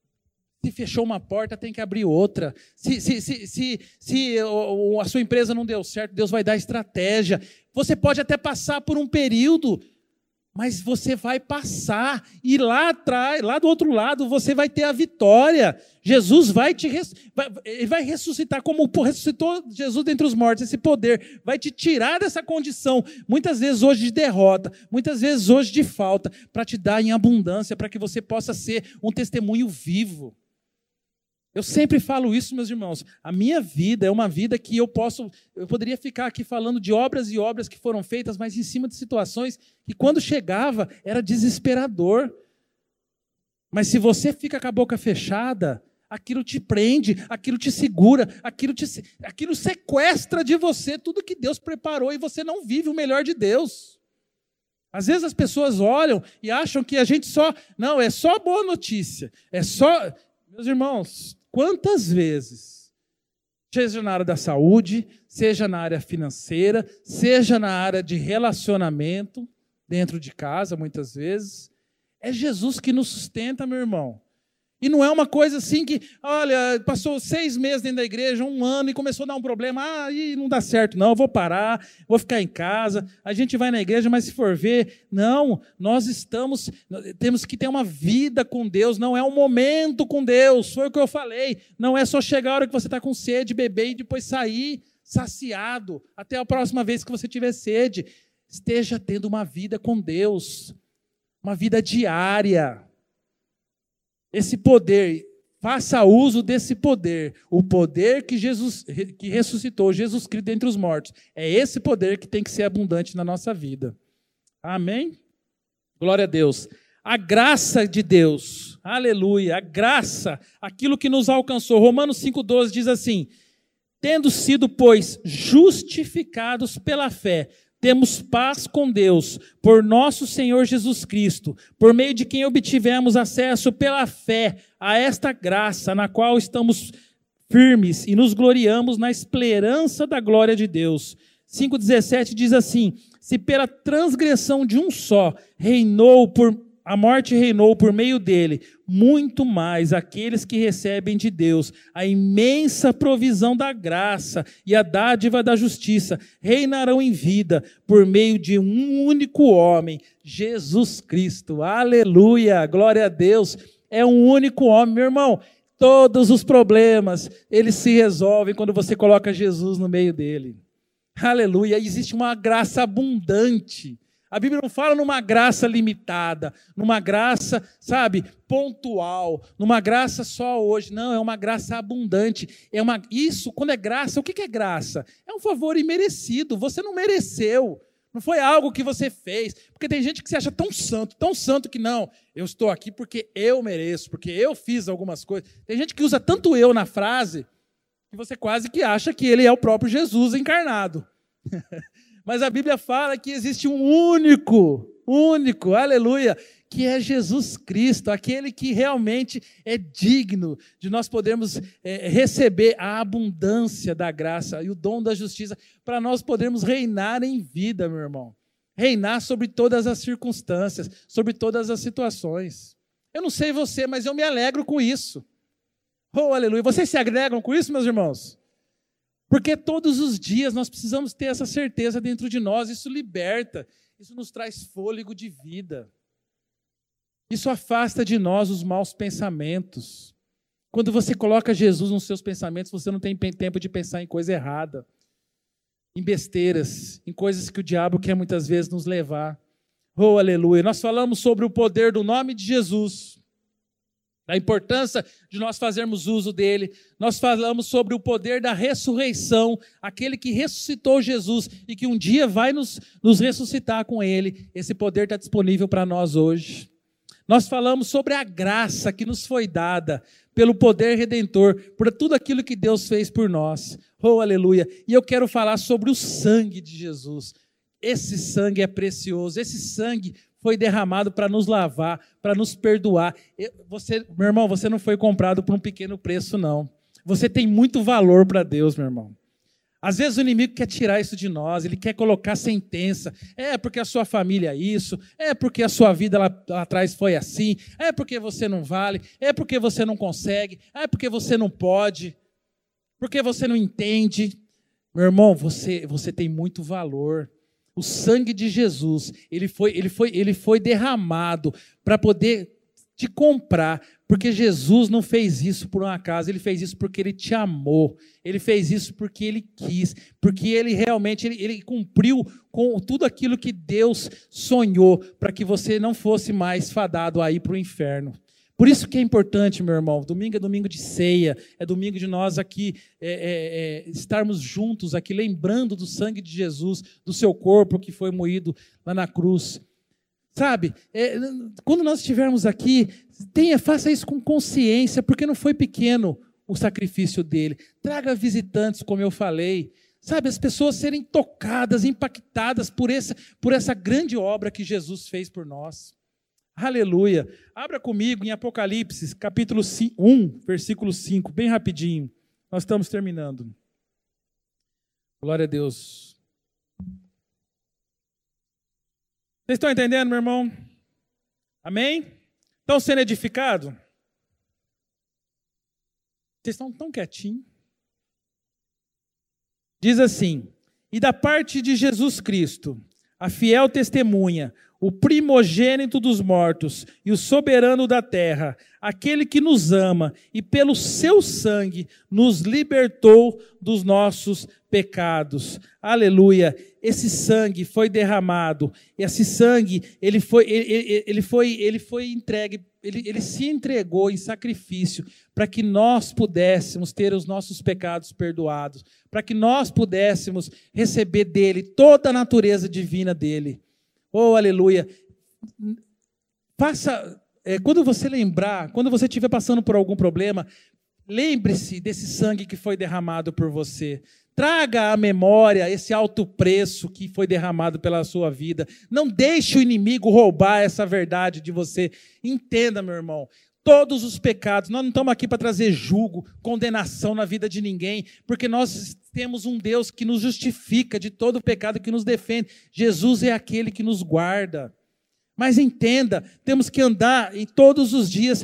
A: Se fechou uma porta, tem que abrir outra. Se, se, se, se, se a sua empresa não deu certo, Deus vai dar estratégia. Você pode até passar por um período... Mas você vai passar, e lá atrás, lá do outro lado, você vai ter a vitória. Jesus vai te vai, ele vai ressuscitar, como ressuscitou Jesus dentre os mortos, esse poder vai te tirar dessa condição, muitas vezes hoje de derrota, muitas vezes hoje de falta, para te dar em abundância, para que você possa ser um testemunho vivo. Eu sempre falo isso, meus irmãos. A minha vida é uma vida que eu posso, eu poderia ficar aqui falando de obras e obras que foram feitas, mas em cima de situações que quando chegava era desesperador. Mas se você fica com a boca fechada, aquilo te prende, aquilo te segura, aquilo, te, aquilo sequestra de você tudo que Deus preparou e você não vive o melhor de Deus. Às vezes as pessoas olham e acham que a gente só... Não, é só boa notícia. É só... Meus irmãos, quantas vezes, seja na área da saúde, seja na área financeira, seja na área de relacionamento, dentro de casa, muitas vezes, é Jesus que nos sustenta, meu irmão. E não é uma coisa assim que, olha, passou seis meses dentro da igreja, um ano, e começou a dar um problema, ah, aí não dá certo não, eu vou parar, vou ficar em casa, a gente vai na igreja, mas se for ver, não, nós estamos, temos que ter uma vida com Deus, não é um momento com Deus, foi o que eu falei, não é só chegar a hora que você está com sede, beber e depois sair saciado, até a próxima vez que você tiver sede, esteja tendo uma vida com Deus, uma vida diária. Esse poder, faça uso desse poder, o poder que Jesus, que ressuscitou Jesus Cristo dentre os mortos. É esse poder que tem que ser abundante na nossa vida. Amém? Glória a Deus. A graça de Deus, aleluia, a graça, aquilo que nos alcançou. Romanos cinco, doze diz assim: tendo sido, pois, justificados pela fé, temos paz com Deus, por nosso Senhor Jesus Cristo, por meio de quem obtivemos acesso pela fé a esta graça, na qual estamos firmes e nos gloriamos na esperança da glória de Deus. cinco, dezessete diz assim: se pela transgressão de um só reinou por a morte reinou por meio dele, muito mais aqueles que recebem de Deus a imensa provisão da graça e a dádiva da justiça reinarão em vida por meio de um único homem, Jesus Cristo. Aleluia, glória a Deus. É um único homem, meu irmão. Todos os problemas, eles se resolvem quando você coloca Jesus no meio dele. Aleluia, existe uma graça abundante. A Bíblia não fala numa graça limitada, numa graça, sabe, pontual, numa graça só hoje. Não, é uma graça abundante. É uma, isso, quando é graça, o que é graça? É um favor imerecido, você não mereceu. Não foi algo que você fez. Porque tem gente que se acha tão santo, tão santo que não, eu estou aqui porque eu mereço, porque eu fiz algumas coisas. Tem gente que usa tanto eu na frase, que você quase que acha que ele é o próprio Jesus encarnado. Mas a Bíblia fala que existe um único, único, aleluia, que é Jesus Cristo, aquele que realmente é digno de nós podermos é, receber a abundância da graça e o dom da justiça, para nós podermos reinar em vida, meu irmão. Reinar sobre todas as circunstâncias, sobre todas as situações. Eu não sei você, mas eu me alegro com isso. Oh, aleluia. Vocês se alegram com isso, meus irmãos? Porque todos os dias nós precisamos ter essa certeza dentro de nós, isso liberta, isso nos traz fôlego de vida. Isso afasta de nós os maus pensamentos. Quando você coloca Jesus nos seus pensamentos, você não tem tempo de pensar em coisa errada, em besteiras, em coisas que o diabo quer muitas vezes nos levar. Oh, aleluia! Nós falamos sobre o poder do nome de Jesus, a importância de nós fazermos uso dele. Nós falamos sobre o poder da ressurreição, aquele que ressuscitou Jesus e que um dia vai nos, nos ressuscitar com ele. Esse poder está disponível para nós hoje. Nós falamos sobre a graça que nos foi dada pelo poder redentor, por tudo aquilo que Deus fez por nós. Oh, aleluia! E eu quero falar sobre o sangue de Jesus. Esse sangue é precioso, esse sangue foi derramado para nos lavar, para nos perdoar. Eu, você, meu irmão, você não foi comprado por um pequeno preço, não. Você tem muito valor para Deus, meu irmão. Às vezes o inimigo quer tirar isso de nós, ele quer colocar sentença. É porque a sua família é isso, é porque a sua vida lá, lá atrás foi assim, é porque você não vale, é porque você não consegue, é porque você não pode, porque você não entende. Meu irmão, você, você tem muito valor. O sangue de Jesus, ele foi, ele foi, ele foi derramado para poder te comprar, porque Jesus não fez isso por um acaso, ele fez isso porque ele te amou, ele fez isso porque ele quis, porque ele realmente ele, ele cumpriu com tudo aquilo que Deus sonhou, para que você não fosse mais fadado a ir para o inferno, Por isso que é importante, meu irmão, domingo é domingo de ceia, é domingo de nós aqui é, é, é, estarmos juntos aqui, lembrando do sangue de Jesus, do seu corpo que foi moído lá na cruz. Sabe, é, quando nós estivermos aqui, tenha, faça isso com consciência, porque não foi pequeno o sacrifício dele. Traga visitantes, como eu falei. Sabe, as pessoas serem tocadas, impactadas por essa, por essa grande obra que Jesus fez por nós. Aleluia. Abra comigo em Apocalipse, capítulo um, versículo cinco, bem rapidinho. Nós estamos terminando. Glória a Deus. Vocês estão entendendo, meu irmão? Amém? Estão sendo edificados? Vocês estão tão quietinhos. Diz assim: e da parte de Jesus Cristo, a fiel testemunha, o primogênito dos mortos e o soberano da terra, aquele que nos ama e pelo seu sangue nos libertou dos nossos pecados. Aleluia! Esse sangue foi derramado, esse sangue, ele foi, ele, ele foi, ele foi entregue, ele, ele se entregou em sacrifício para que nós pudéssemos ter os nossos pecados perdoados, para que nós pudéssemos receber dele toda a natureza divina dele. Oh, aleluia! Faça, é, quando você lembrar, quando você estiver passando por algum problema, lembre-se desse sangue que foi derramado por você. Traga à memória esse alto preço que foi derramado pela sua vida. Não deixe o inimigo roubar essa verdade de você. Entenda, meu irmão, todos os pecados, nós não estamos aqui para trazer julgo, condenação na vida de ninguém, porque nós temos um Deus que nos justifica de todo o pecado, que nos defende. Jesus é aquele que nos guarda. Mas entenda, temos que andar em todos os dias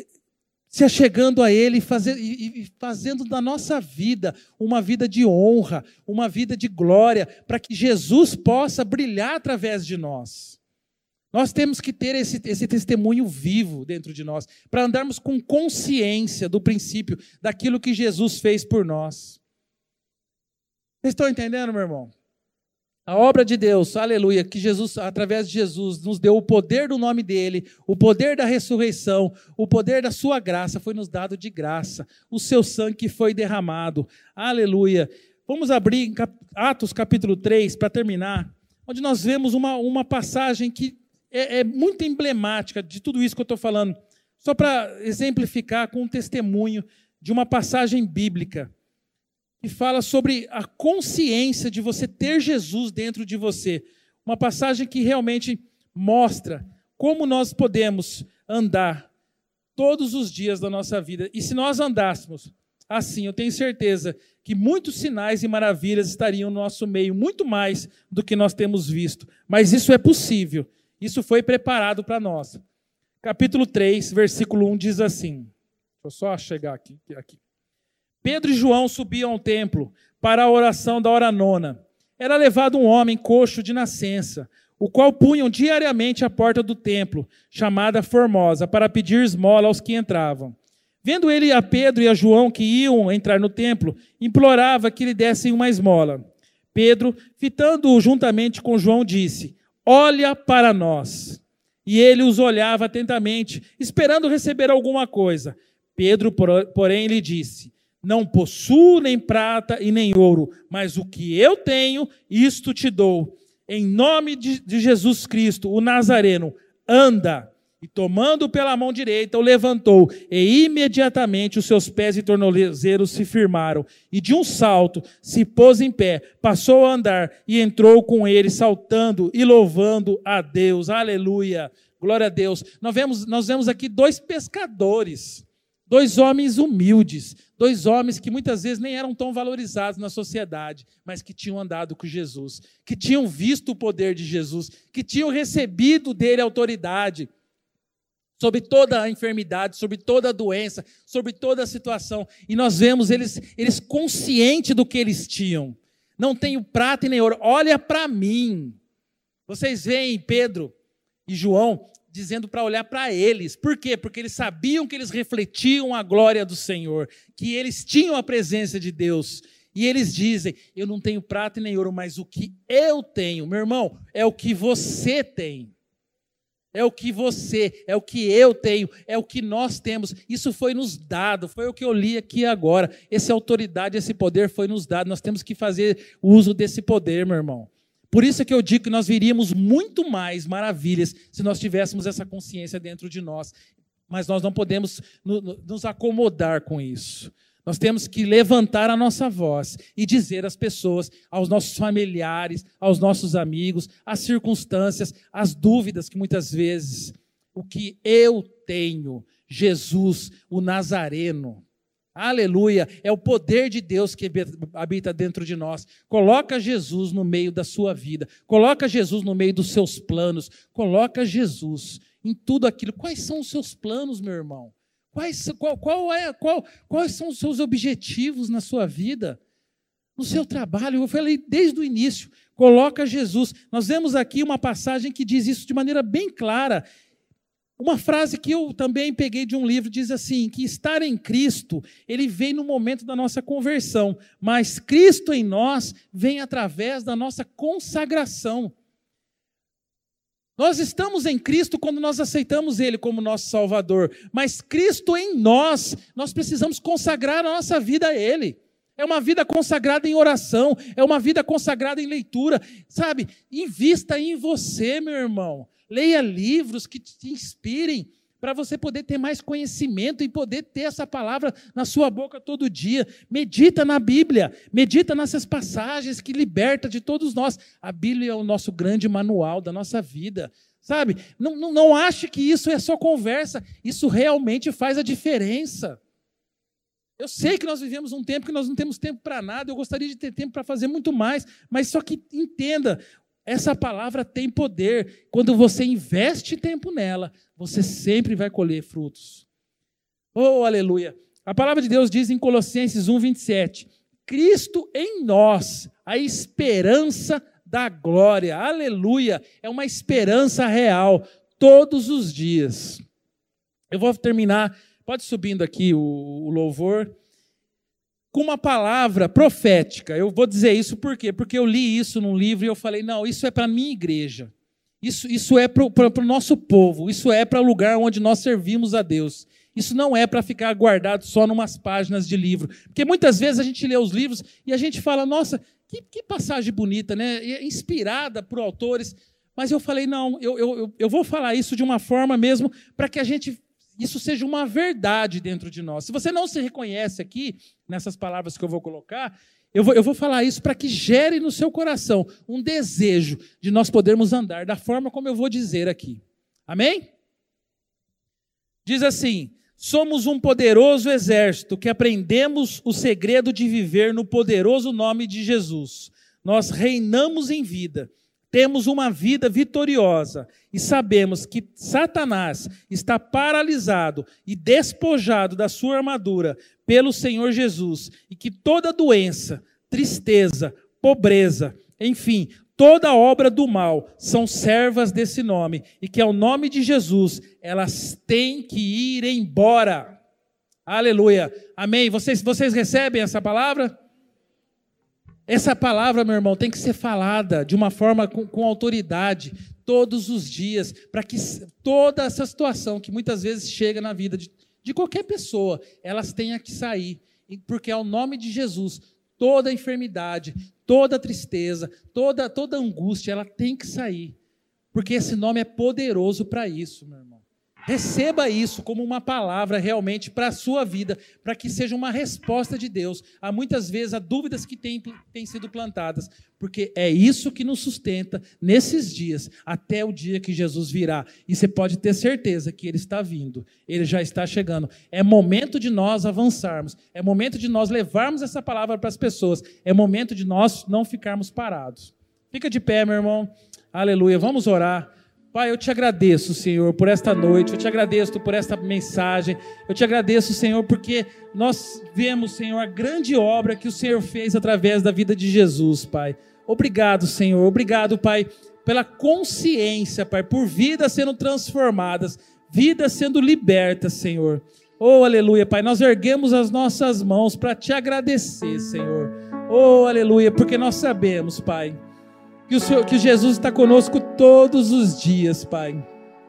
A: se achegando a Ele e, fazer, e, e fazendo da nossa vida uma vida de honra, uma vida de glória, para que Jesus possa brilhar através de nós. Nós temos que ter esse, esse testemunho vivo dentro de nós, para andarmos com consciência do princípio, daquilo que Jesus fez por nós. Vocês estão entendendo, meu irmão? A obra de Deus, aleluia, que Jesus, através de Jesus, nos deu o poder do nome dele, o poder da ressurreição, o poder da sua graça, foi nos dado de graça, o seu sangue que foi derramado, aleluia. Vamos abrir em Atos capítulo três, para terminar, onde nós vemos uma, uma passagem que é, é muito emblemática de tudo isso que eu estou falando, só para exemplificar com um testemunho de uma passagem bíblica, que fala sobre a consciência de você ter Jesus dentro de você. Uma passagem que realmente mostra como nós podemos andar todos os dias da nossa vida. E se nós andássemos assim, eu tenho certeza que muitos sinais e maravilhas estariam no nosso meio, muito mais do que nós temos visto. Mas isso é possível. Isso foi preparado para nós. Capítulo três, versículo um diz assim. Deixa eu só chegar aqui. aqui. Pedro e João subiam ao templo para a oração da hora nona. Era levado um homem coxo de nascença, o qual punham diariamente à porta do templo, chamada Formosa, para pedir esmola aos que entravam. Vendo ele a Pedro e a João que iam entrar no templo, implorava que lhe dessem uma esmola. Pedro, fitando-o juntamente com João, disse: olha para nós. E ele os olhava atentamente, esperando receber alguma coisa. Pedro, porém, lhe disse: não possuo nem prata e nem ouro, mas o que eu tenho, isto te dou. Em nome de, de Jesus Cristo, o Nazareno, anda. E tomando pela mão direita, o levantou, e imediatamente os seus pés e tornozelos se firmaram. E de um salto se pôs em pé, passou a andar e entrou com ele, saltando e louvando a Deus. Aleluia! Glória a Deus. Nós vemos, nós vemos aqui dois pescadores. Dois homens humildes, dois homens que muitas vezes nem eram tão valorizados na sociedade, mas que tinham andado com Jesus, que tinham visto o poder de Jesus, que tinham recebido dele autoridade sobre toda a enfermidade, sobre toda a doença, sobre toda a situação. E nós vemos eles, eles conscientes do que eles tinham. Não tenho prata e nem ouro, olha para mim. Vocês veem Pedro e João dizendo para olhar para eles. Por quê? Porque eles sabiam que eles refletiam a glória do Senhor, que eles tinham a presença de Deus. E eles dizem: eu não tenho prata e nem ouro, mas o que eu tenho, meu irmão, é o que você tem. É o que você, é o que eu tenho, é o que nós temos. Isso foi nos dado, foi o que eu li aqui agora. Essa autoridade, esse poder foi nos dado. Nós temos que fazer uso desse poder, meu irmão. Por isso é que eu digo que nós viríamos muito mais maravilhas se nós tivéssemos essa consciência dentro de nós. Mas nós não podemos nos acomodar com isso. Nós temos que levantar a nossa voz e dizer às pessoas, aos nossos familiares, aos nossos amigos, às circunstâncias, às dúvidas que muitas vezes, o que eu tenho, Jesus, o Nazareno, aleluia, é o poder de Deus que habita dentro de nós. Coloca Jesus no meio da sua vida, coloca Jesus no meio dos seus planos, coloca Jesus em tudo aquilo. Quais são os seus planos, meu irmão? Quais, qual, qual é, qual, quais são os seus objetivos na sua vida? No seu trabalho, eu falei desde o início, coloca Jesus. Nós vemos aqui uma passagem que diz isso de maneira bem clara. Uma frase que eu também peguei de um livro, diz assim, que estar em Cristo, ele vem no momento da nossa conversão, mas Cristo em nós vem através da nossa consagração. Nós estamos em Cristo quando nós aceitamos Ele como nosso Salvador, mas Cristo em nós, nós precisamos consagrar a nossa vida a Ele. É uma vida consagrada em oração, é uma vida consagrada em leitura, sabe? Invista em você, meu irmão. Leia livros que te inspirem, para você poder ter mais conhecimento e poder ter essa palavra na sua boca todo dia. Medita na Bíblia, medita nessas passagens que liberta de todos nós. A Bíblia é o nosso grande manual da nossa vida, sabe? Não, não, não ache que isso é só conversa, isso realmente faz a diferença. Eu sei que nós vivemos um tempo que nós não temos tempo para nada, eu gostaria de ter tempo para fazer muito mais, mas só que entenda, essa palavra tem poder. Quando você investe tempo nela, você sempre vai colher frutos. Oh, aleluia! A palavra de Deus diz em Colossenses um, vinte e sete, Cristo em nós, a esperança da glória. Aleluia! É uma esperança real, todos os dias. Eu vou terminar, pode subindo aqui o, o louvor, com uma palavra profética. Eu vou dizer isso por quê? Porque eu li isso num livro e eu falei, não, isso é para a minha igreja. Isso, isso é para o nosso povo. Isso é para o lugar onde nós servimos a Deus. Isso não é para ficar guardado só em umas páginas de livro. Porque muitas vezes a gente lê os livros e a gente fala, nossa, que, que passagem bonita, né? Inspirada por autores. Mas eu falei, não, eu, eu, eu vou falar isso de uma forma mesmo para que a gente... isso seja uma verdade dentro de nós. Se você não se reconhece aqui, nessas palavras que eu vou colocar, eu vou, eu vou falar isso para que gere no seu coração um desejo de nós podermos andar da forma como eu vou dizer aqui. Amém? Diz assim, somos um poderoso exército que aprendemos o segredo de viver no poderoso nome de Jesus. Nós reinamos em vida. Temos uma vida vitoriosa e sabemos que Satanás está paralisado e despojado da sua armadura pelo Senhor Jesus e que toda doença, tristeza, pobreza, enfim, toda obra do mal são servas desse nome e que ao nome de Jesus elas têm que ir embora. Aleluia. Amém. Vocês, vocês recebem essa palavra? Essa palavra, meu irmão, tem que ser falada de uma forma com, com autoridade, todos os dias, para que toda essa situação que muitas vezes chega na vida de, de qualquer pessoa, elas tenham que sair, porque ao nome de Jesus, toda enfermidade, toda tristeza, toda, toda angústia, ela tem que sair, porque esse nome é poderoso para isso, meu irmão. Receba isso como uma palavra realmente para a sua vida, para que seja uma resposta de Deus a muitas vezes a dúvidas que têm, têm sido plantadas, porque é isso que nos sustenta nesses dias, até o dia que Jesus virá. E você pode ter certeza que Ele está vindo, Ele já está chegando. É momento de nós avançarmos, é momento de nós levarmos essa palavra para as pessoas, é momento de nós não ficarmos parados. Fica de pé, meu irmão. Aleluia. Vamos orar. Pai, eu te agradeço, Senhor, por esta noite, eu te agradeço por esta mensagem, eu te agradeço, Senhor, porque nós vemos, Senhor, a grande obra que o Senhor fez através da vida de Jesus, Pai. Obrigado, Senhor, obrigado, Pai, pela consciência, Pai, por vidas sendo transformadas, vidas sendo libertas, Senhor. Oh, aleluia, Pai, nós erguemos as nossas mãos para te agradecer, Senhor. Oh, aleluia, porque nós sabemos, Pai, Que, o Senhor, que Jesus está conosco todos os dias, Pai.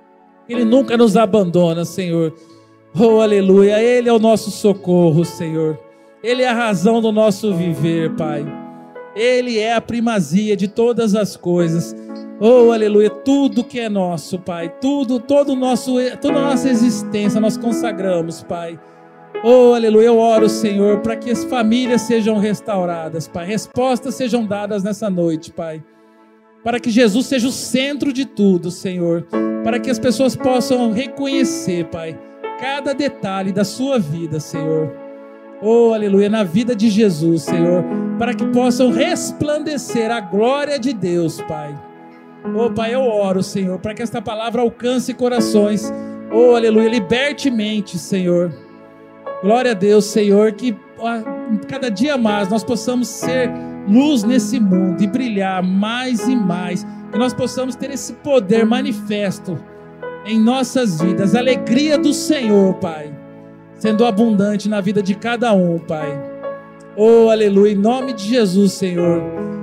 A: Ele nunca nos abandona, Senhor. Oh, aleluia. Ele é o nosso socorro, Senhor. Ele é a razão do nosso viver, Pai. Ele é a primazia de todas as coisas. Oh, aleluia. Tudo que é nosso, Pai. Tudo, todo o nosso, toda a nossa existência nós consagramos, Pai. Oh, aleluia. Eu oro, Senhor, para que as famílias sejam restauradas, Pai. Respostas sejam dadas nessa noite, Pai. Para que Jesus seja o centro de tudo, Senhor. Para que as pessoas possam reconhecer, Pai, cada detalhe da sua vida, Senhor. Oh, aleluia, na vida de Jesus, Senhor. Para que possam resplandecer a glória de Deus, Pai. Oh, Pai, eu oro, Senhor, para que esta palavra alcance corações. Oh, aleluia, liberte mente, Senhor. Glória a Deus, Senhor, que cada dia mais nós possamos ser luz nesse mundo e brilhar mais e mais, que nós possamos ter esse poder manifesto em nossas vidas, a alegria do Senhor, Pai, sendo abundante na vida de cada um, Pai. Oh, aleluia, em nome de Jesus, Senhor.